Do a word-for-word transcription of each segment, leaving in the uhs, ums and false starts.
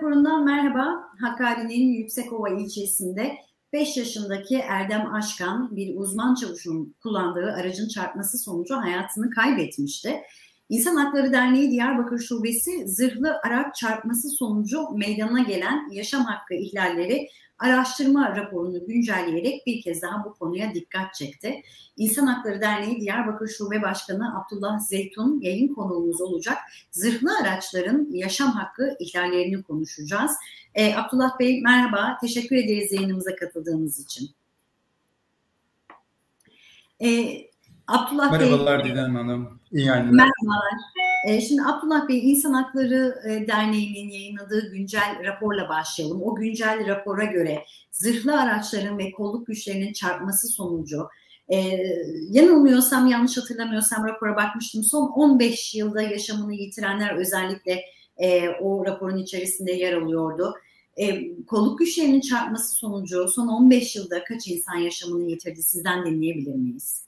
raporundan merhaba. Hakkari'nin Yüksekova ilçesinde beş yaşındaki Erdem Aşkan bir uzman çavuşun kullandığı aracın çarpması sonucu hayatını kaybetmişti. İnsan Hakları Derneği Diyarbakır Şubesi zırhlı araç çarpması sonucu meydana gelen yaşam hakkı ihlalleri araştırma raporunu güncelleyerek bir kez daha bu konuya dikkat çekti. İnsan Hakları Derneği Diyarbakır Şube Başkanı Abdullah Zeytun yayın konuğumuz olacak. Zırhlı araçların yaşam hakkı ihlallerini konuşacağız. Ee, Abdullah Bey merhaba, teşekkür ederiz yayınımıza katıldığınız için. Ee, Abdullah Merhabalar Bey, Didem Hanım. İyi yayınlar. Merhabalar. Ee, şimdi Abdullah Bey, İnsan Hakları Derneği'nin yayınladığı güncel raporla başlayalım. O güncel rapora göre zırhlı araçların ve kolluk güçlerinin çarpması sonucu, e, yanılmıyorsam, yanlış hatırlamıyorsam rapora bakmıştım. Son on beş yılda yaşamını yitirenler özellikle e, o raporun içerisinde yer alıyordu. E, kolluk güçlerinin çarpması sonucu son on beş yılda kaç insan yaşamını yitirdi? Sizden dinleyebilir miyiz?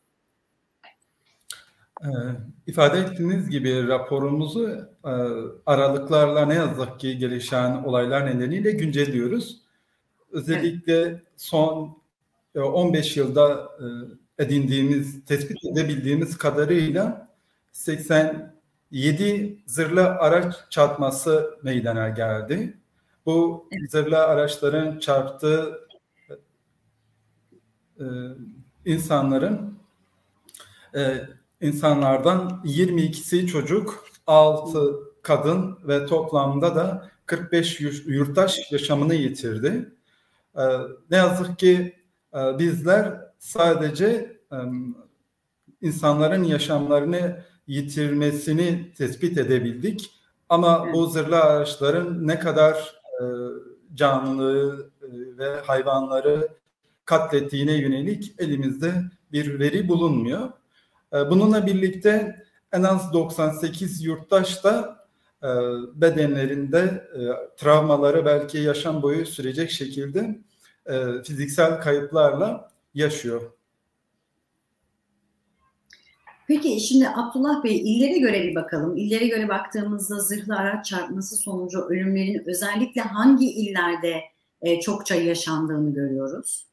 Ee, ifade ettiğiniz gibi raporumuzu e, aralıklarla ne yazık ki gelişen olaylar nedeniyle güncelliyoruz. Özellikle evet. son e, on beş yılda e, edindiğimiz, tespit edebildiğimiz kadarıyla seksen yedi zırhlı araç çarpması meydana geldi. Bu evet. zırhlı araçların çarptığı e, insanların e, İnsanlardan yirmi ikisi çocuk, altı kadın ve toplamda da kırk beş yurttaş yaşamını yitirdi. Ne yazık ki bizler sadece insanların yaşamlarını yitirmesini tespit edebildik. Ama bu zırhlı araçların ne kadar canlılığı ve hayvanları katlettiğine yönelik elimizde bir veri bulunmuyor. Bununla birlikte en az doksan sekiz yurttaş da bedenlerinde travmaları belki yaşam boyu sürecek şekilde fiziksel kayıplarla yaşıyor. Peki şimdi Abdullah Bey, illere göre bir bakalım. İllere göre baktığımızda zırhlı araç çarpması sonucu ölümlerin özellikle hangi illerde çokça yaşandığını görüyoruz?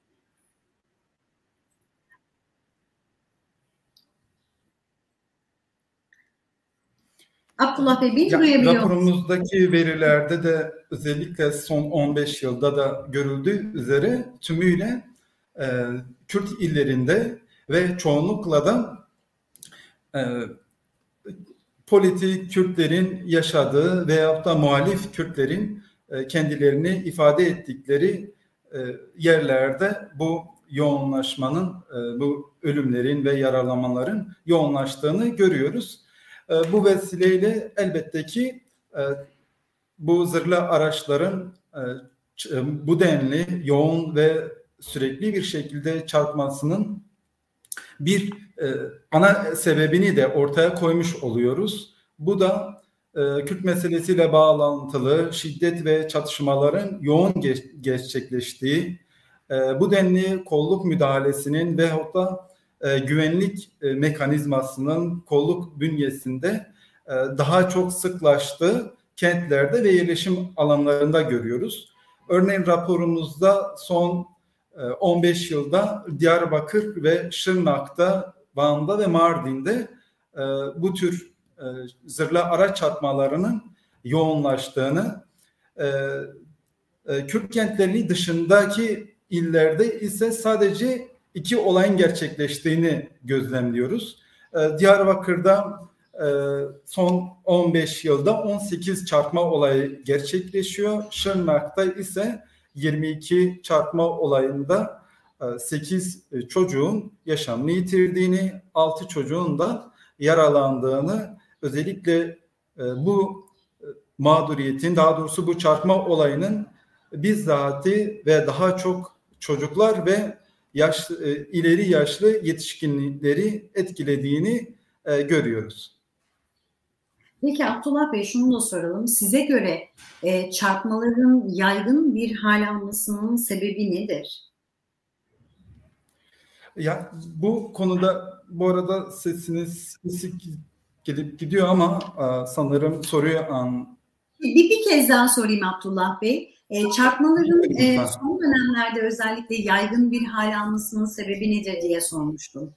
Abdullah Bey, beni duyabiliyor musunuz? Raporumuzdaki verilerde de özellikle son on beş yılda da görüldüğü üzere tümüyle e, Kürt illerinde ve çoğunlukla da e, politik Kürtlerin yaşadığı veyahut da muhalif Kürtlerin e, kendilerini ifade ettikleri e, yerlerde bu yoğunlaşmanın, e, bu ölümlerin ve yaralanmaların yoğunlaştığını görüyoruz. Bu vesileyle elbette ki bu zırhlı araçların bu denli yoğun ve sürekli bir şekilde çarpmasının bir ana sebebini de ortaya koymuş oluyoruz. Bu da Kürt meselesiyle bağlantılı şiddet ve çatışmaların yoğun gerçekleştiği, bu denli kolluk müdahalesinin veyahut da E, güvenlik e, mekanizmasının kolluk bünyesinde e, daha çok sıklaştığı kentlerde ve yerleşim alanlarında görüyoruz. Örneğin raporumuzda son e, on beş yılda Diyarbakır ve Şırnak'ta, Van'da ve Mardin'de e, bu tür e, zırhlı araç çarpmalarının yoğunlaştığını, e, e, Kürt kentleri dışındaki illerde ise sadece İki olayın gerçekleştiğini gözlemliyoruz. Ee, Diyarbakır'da e, son on beş yılda on sekiz çarpma olayı gerçekleşiyor. Şırnak'ta ise yirmi iki çarpma olayında e, sekiz çocuğun yaşamını yitirdiğini, altı çocuğun da yaralandığını, özellikle e, bu mağduriyetin, daha doğrusu bu çarpma olayının bizzati ve daha çok çocuklar ve yaşlı, ileri yaşlı yetişkinlikleri etkilediğini e, görüyoruz. Peki Abdullah Bey, şunu da soralım. Size göre e, çarpmaların yaygın bir hal almasının sebebi nedir? Ya bu konuda bu arada sesiniz kesik gelip gidiyor ama e, sanırım soruyu an, Bir, bir kez daha sorayım Abdullah Bey. E, çarpmaların e, son dönemlerde özellikle yaygın bir hal almasının sebebi nedir diye sormuştum.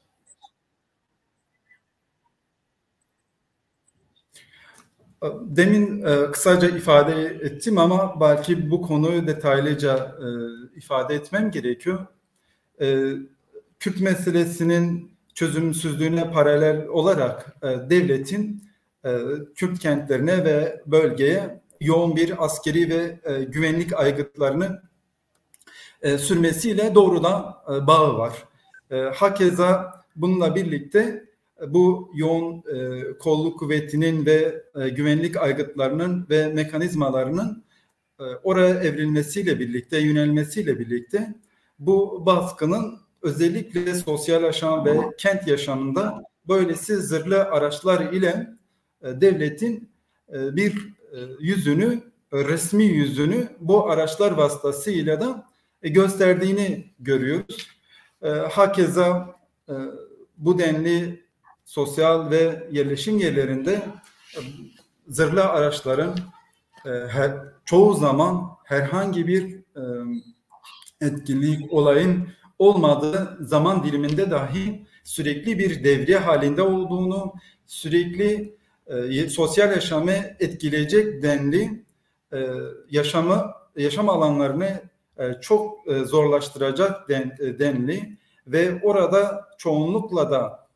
Demin e, kısaca ifade ettim ama belki bu konuyu detaylıca e, ifade etmem gerekiyor. E, Kürt meselesinin çözümsüzlüğüne paralel olarak e, devletin e, Kürt kentlerine ve bölgeye yoğun bir askeri ve e, güvenlik aygıtlarını e, sürmesiyle doğrudan e, bağı var. E, hakeza bununla birlikte bu yoğun e, kolluk kuvvetinin ve e, güvenlik aygıtlarının ve mekanizmalarının e, oraya evrilmesiyle birlikte, yönelmesiyle birlikte bu baskının özellikle sosyal yaşam ve kent yaşamında böylesi zırhlı araçlar ile e, devletin e, bir e, yüzünü, resmi yüzünü bu araçlar vasıtasıyla da e, gösterdiğini görüyoruz. E, hakeza e, bu denli sosyal ve yerleşim yerlerinde zırhlı araçların e, her, çoğu zaman herhangi bir e, etkinlik, olayın olmadığı zaman diliminde dahi sürekli bir devriye halinde olduğunu, sürekli e, sosyal yaşamı etkileyecek denli e, yaşamı, yaşam alanlarını e, çok e, zorlaştıracak den, e, denli ve orada çoğunlukla da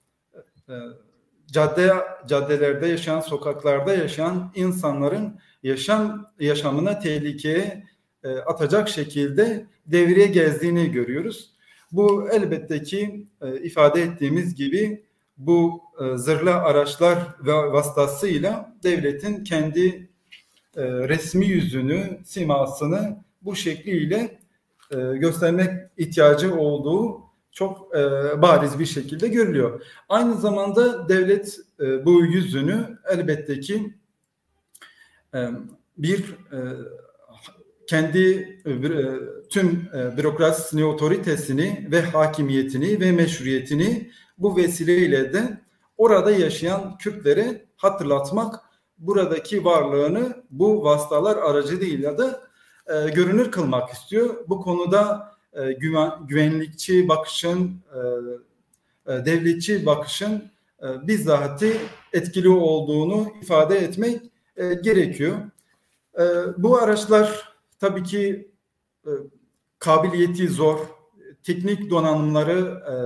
cadde caddelerde yaşayan, sokaklarda yaşayan insanların yaşam yaşamına tehlikeye e, atacak şekilde devriye gezdiğini görüyoruz. Bu elbette ki e, ifade ettiğimiz gibi bu e, zırhlı araçlar ve vasıtasıyla devletin kendi e, resmi yüzünü, simasını bu şekliyle e, göstermek ihtiyacı olduğu çok e, bariz bir şekilde görülüyor. Aynı zamanda devlet e, bu yüzünü elbette ki e, bir e, kendi e, tüm e, bürokrasisini, otoritesini ve hakimiyetini ve meşruiyetini bu vesileyle de orada yaşayan Kürtlere hatırlatmak, buradaki varlığını bu vasıtalar aracılığıyla da e, görünür kılmak istiyor. Bu konuda e, güven, güvenlikçi bakışın, e, e, devletçi bakışın e, bizzati etkili olduğunu ifade etmek e, gerekiyor. E, bu araçlar tabii ki e, kabiliyeti zor, teknik donanımları e,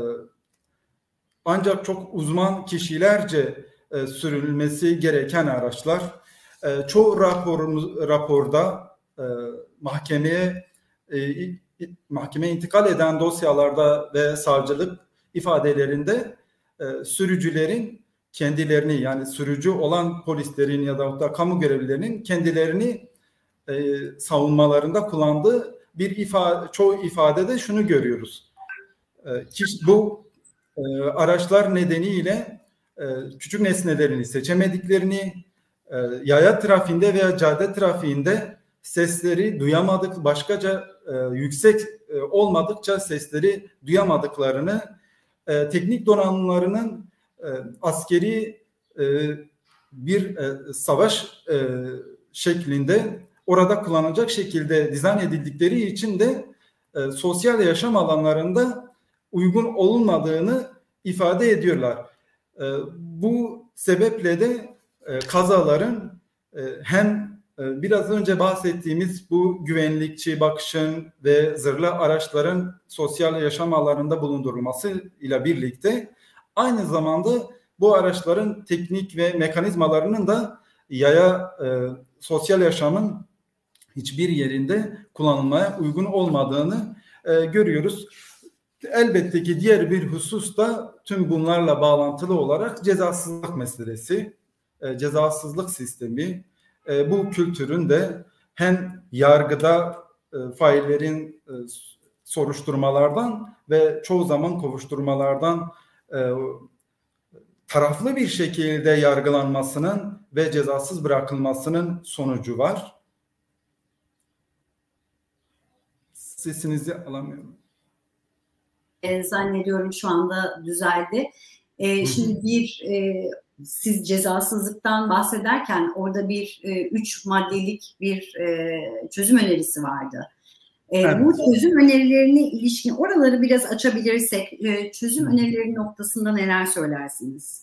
ancak çok uzman kişilerce e, sürülmesi gereken araçlar. E, çoğu raporumuz, raporda e, mahkemeye e, mahkemeye intikal eden dosyalarda ve savcılık ifadelerinde e, sürücülerin kendilerini, yani sürücü olan polislerin ya da, da kamu görevlilerinin kendilerini e, savunmalarında kullandığı bir ifade, çoğu ifadede şunu görüyoruz. E, kişi, bu e, araçlar nedeniyle e, küçük nesnelerini seçemediklerini, e, yaya trafiğinde veya cadde trafiğinde sesleri duyamadık, başkaca e, yüksek e, olmadıkça sesleri duyamadıklarını, e, teknik donanımlarının e, askeri e, bir e, savaş e, şeklinde orada kullanılacak şekilde dizayn edildikleri için de e, sosyal yaşam alanlarında uygun olunmadığını ifade ediyorlar. E, bu sebeple de e, kazaların e, hem e, biraz önce bahsettiğimiz bu güvenlikçi bakışın ve zırhlı araçların sosyal yaşam alanlarında bulundurulması ile birlikte aynı zamanda bu araçların teknik ve mekanizmalarının da yaya e, sosyal yaşamın hiçbir yerinde kullanılmaya uygun olmadığını e, görüyoruz. Elbette ki diğer bir husus da tüm bunlarla bağlantılı olarak cezasızlık meselesi, e, cezasızlık sistemi. E, bu kültürün de hem yargıda e, faillerin e, soruşturmalardan ve çoğu zaman kovuşturmalardan e, taraflı bir şekilde yargılanmasının ve cezasız bırakılmasının sonucu var. Sesinizi alamıyorum. E, zannediyorum şu anda düzeldi. E, şimdi bir e, siz cezasızlıktan bahsederken orada bir e, üç maddelik bir e, çözüm önerisi vardı. E, evet. Bu çözüm önerilerine ilişkin oraları biraz açabilirsek, e, çözüm önerileri noktasında neler söylersiniz?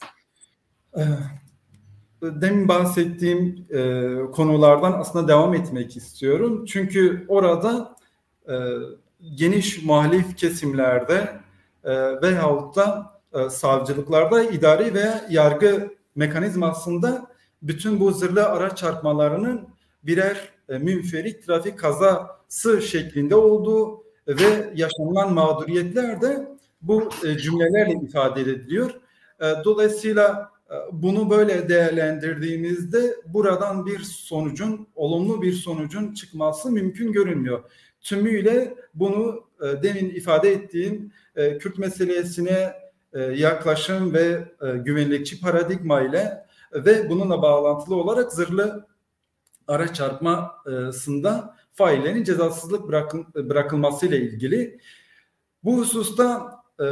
Demin bahsettiğim e, konulardan aslında devam etmek istiyorum. Çünkü orada e, geniş muhalif kesimlerde e, veyahut da e, savcılıklarda idari veya yargı mekanizmasında bütün bu zırhlı araç çarpmalarının birer e, münferit trafik kazası şeklinde olduğu ve yaşanılan mağduriyetler de bu e, cümlelerle ifade ediliyor. E, dolayısıyla bunu böyle değerlendirdiğimizde buradan bir sonucun, olumlu bir sonucun çıkması mümkün görünmüyor. Tümüyle bunu e, demin ifade ettiğim e, Kürt meselesine e, yaklaşım ve e, güvenlikçi paradigma ile ve bununla bağlantılı olarak zırhlı araç çarpmasında faillerin cezasızlık bırakıl, bırakılması ile ilgili. Bu hususta e,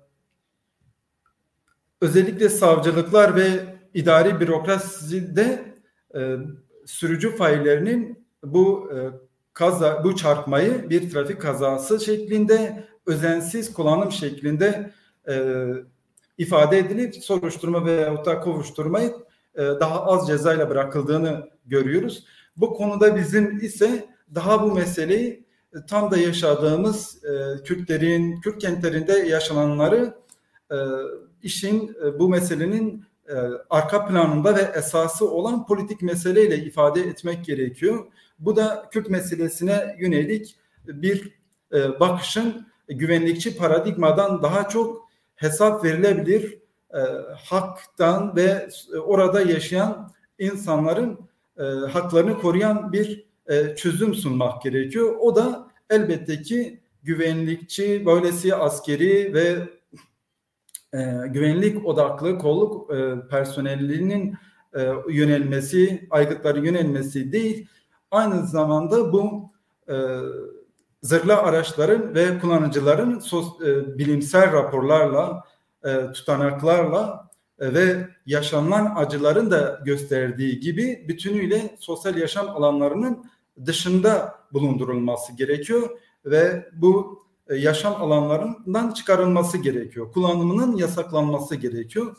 özellikle savcılıklar ve idari bürokraside e, sürücü faillerinin bu e, kaza, bu çarpmayı bir trafik kazası şeklinde özensiz kullanım şeklinde e, ifade edilip soruşturma veyahut da kovuşturmayı e, daha az cezayla bırakıldığını görüyoruz. Bu konuda bizim ise daha bu meseleyi e, tam da yaşadığımız e, Kürtlerin, Kürt kentlerinde yaşananları e, işin bu meselenin arka planında ve esası olan politik meseleyle ifade etmek gerekiyor. Bu da Kürt meselesine yönelik bir bakışın güvenlikçi paradigmadan daha çok hesap verilebilir haktan ve orada yaşayan insanların haklarını koruyan bir çözüm sunmak gerekiyor. O da elbette ki güvenlikçi, böylesi askeri ve E, güvenlik odaklı kolluk e, personelinin e, yönelmesi, aygıtları yönelmesi değil, aynı zamanda bu e, zırhlı araçların ve kullanıcıların sos, e, bilimsel raporlarla, e, tutanaklarla e, ve yaşanılan acıların da gösterdiği gibi bütünüyle sosyal yaşam alanlarının dışında bulundurulması gerekiyor ve bu yaşam alanlarından çıkarılması gerekiyor. Kullanımının yasaklanması gerekiyor.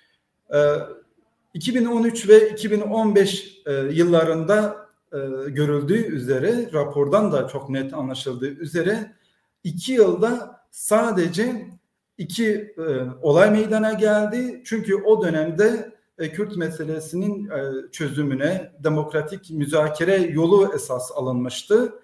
iki bin on üç ve iki bin on beş yıllarında görüldüğü üzere, rapordan da çok net anlaşıldığı üzere iki yılda sadece iki olay meydana geldi. Çünkü o dönemde Kürt meselesinin çözümüne demokratik müzakere yolu esas alınmıştı.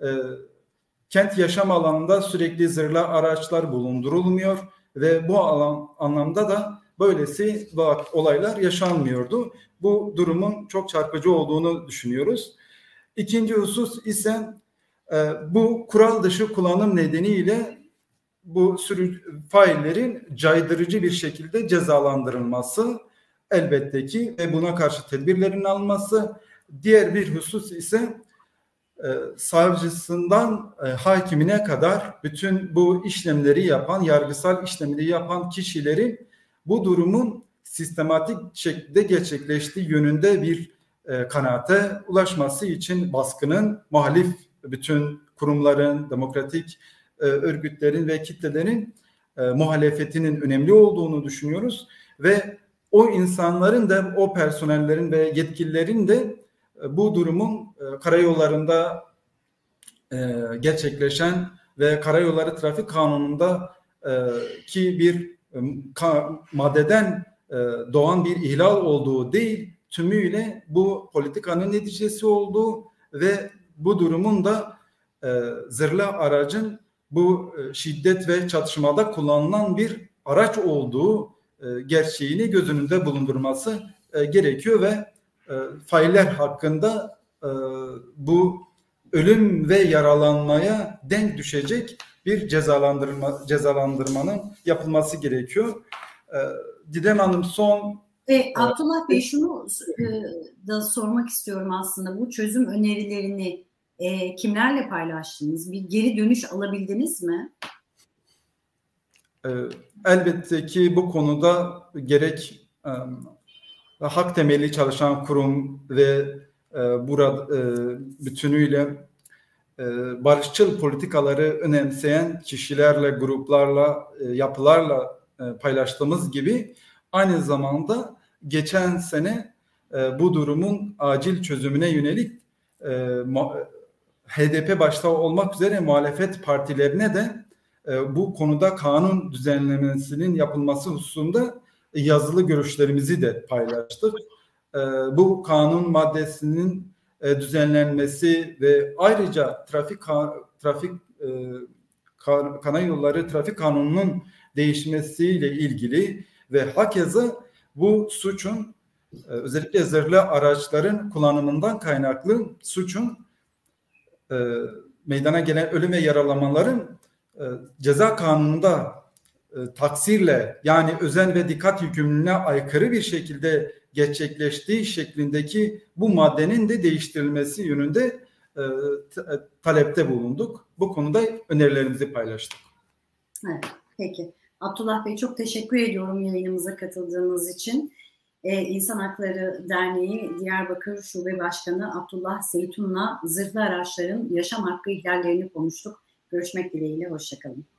Kent yaşam alanında sürekli zırhlı araçlar bulundurulmuyor ve bu alan anlamda da böylesi olaylar yaşanmıyordu. Bu durumun çok çarpıcı olduğunu düşünüyoruz. İkinci husus ise e, bu kural dışı kullanım nedeniyle bu sürü faillerin caydırıcı bir şekilde cezalandırılması elbette ki ve buna karşı tedbirlerin alınması. Diğer bir husus ise e, savcısından e, hakimine kadar bütün bu işlemleri yapan, yargısal işlemleri yapan kişilerin bu durumun sistematik şekilde gerçekleştiği yönünde bir e, kanaate ulaşması için baskının, muhalif bütün kurumların, demokratik e, örgütlerin ve kitlelerin e, muhalefetinin önemli olduğunu düşünüyoruz ve o insanların da, o personellerin ve yetkililerin de e, bu durumun e, karayollarında e, gerçekleşen ve karayolları trafik kanununda e, ki bir e, ka, maddeden e, doğan bir ihlal olduğu değil, tümüyle bu politikanın neticesi olduğu ve bu durumun da e, zırhlı aracın bu e, şiddet ve çatışmada kullanılan bir araç olduğu e, gerçeğini göz önünde bulundurması e, gerekiyor ve e, failler hakkında e, bu ölüm ve yaralanmaya denk düşecek bir cezalandırma cezalandırmanın yapılması gerekiyor. E, Didem Hanım son E, Abdullah Bey şunu e, da sormak istiyorum aslında. Bu çözüm önerilerini e, kimlerle paylaştınız? Bir geri dönüş alabildiniz mi? E, elbette ki bu konuda gerek e, hak temelli çalışan kurum ve e, burada e, bütünüyle e, barışçıl politikaları önemseyen kişilerle, gruplarla, e, yapılarla e, paylaştığımız gibi aynı zamanda geçen sene e, bu durumun acil çözümüne yönelik e, H D P başta olmak üzere muhalefet partilerine de e, bu konuda kanun düzenlemesinin yapılması hususunda yazılı görüşlerimizi de paylaştık. E, bu kanun maddesinin e, düzenlenmesi ve ayrıca trafik trafik e, karayolları trafik kanununun değişmesiyle ilgili ve hakeza bu suçun e, özellikle zırhlı araçların kullanımından kaynaklı suçun e, meydana gelen ölüm ve yaralamaların e, ceza kanununda e, taksirle yani özen ve dikkat yükümlülüğüne aykırı bir şekilde gerçekleştiği şeklindeki bu maddenin de değiştirilmesi yönünde e, talepte bulunduk. Bu konuda önerilerimizi paylaştık. Evet, peki. Abdullah Bey çok teşekkür ediyorum yayınımıza katıldığınız için. Ee, İnsan Hakları Derneği Diyarbakır Şube Başkanı Abdullah Zeytun'la zırhlı araçların yaşam hakkı ihlallerini konuştuk. Görüşmek dileğiyle, hoşça kalın.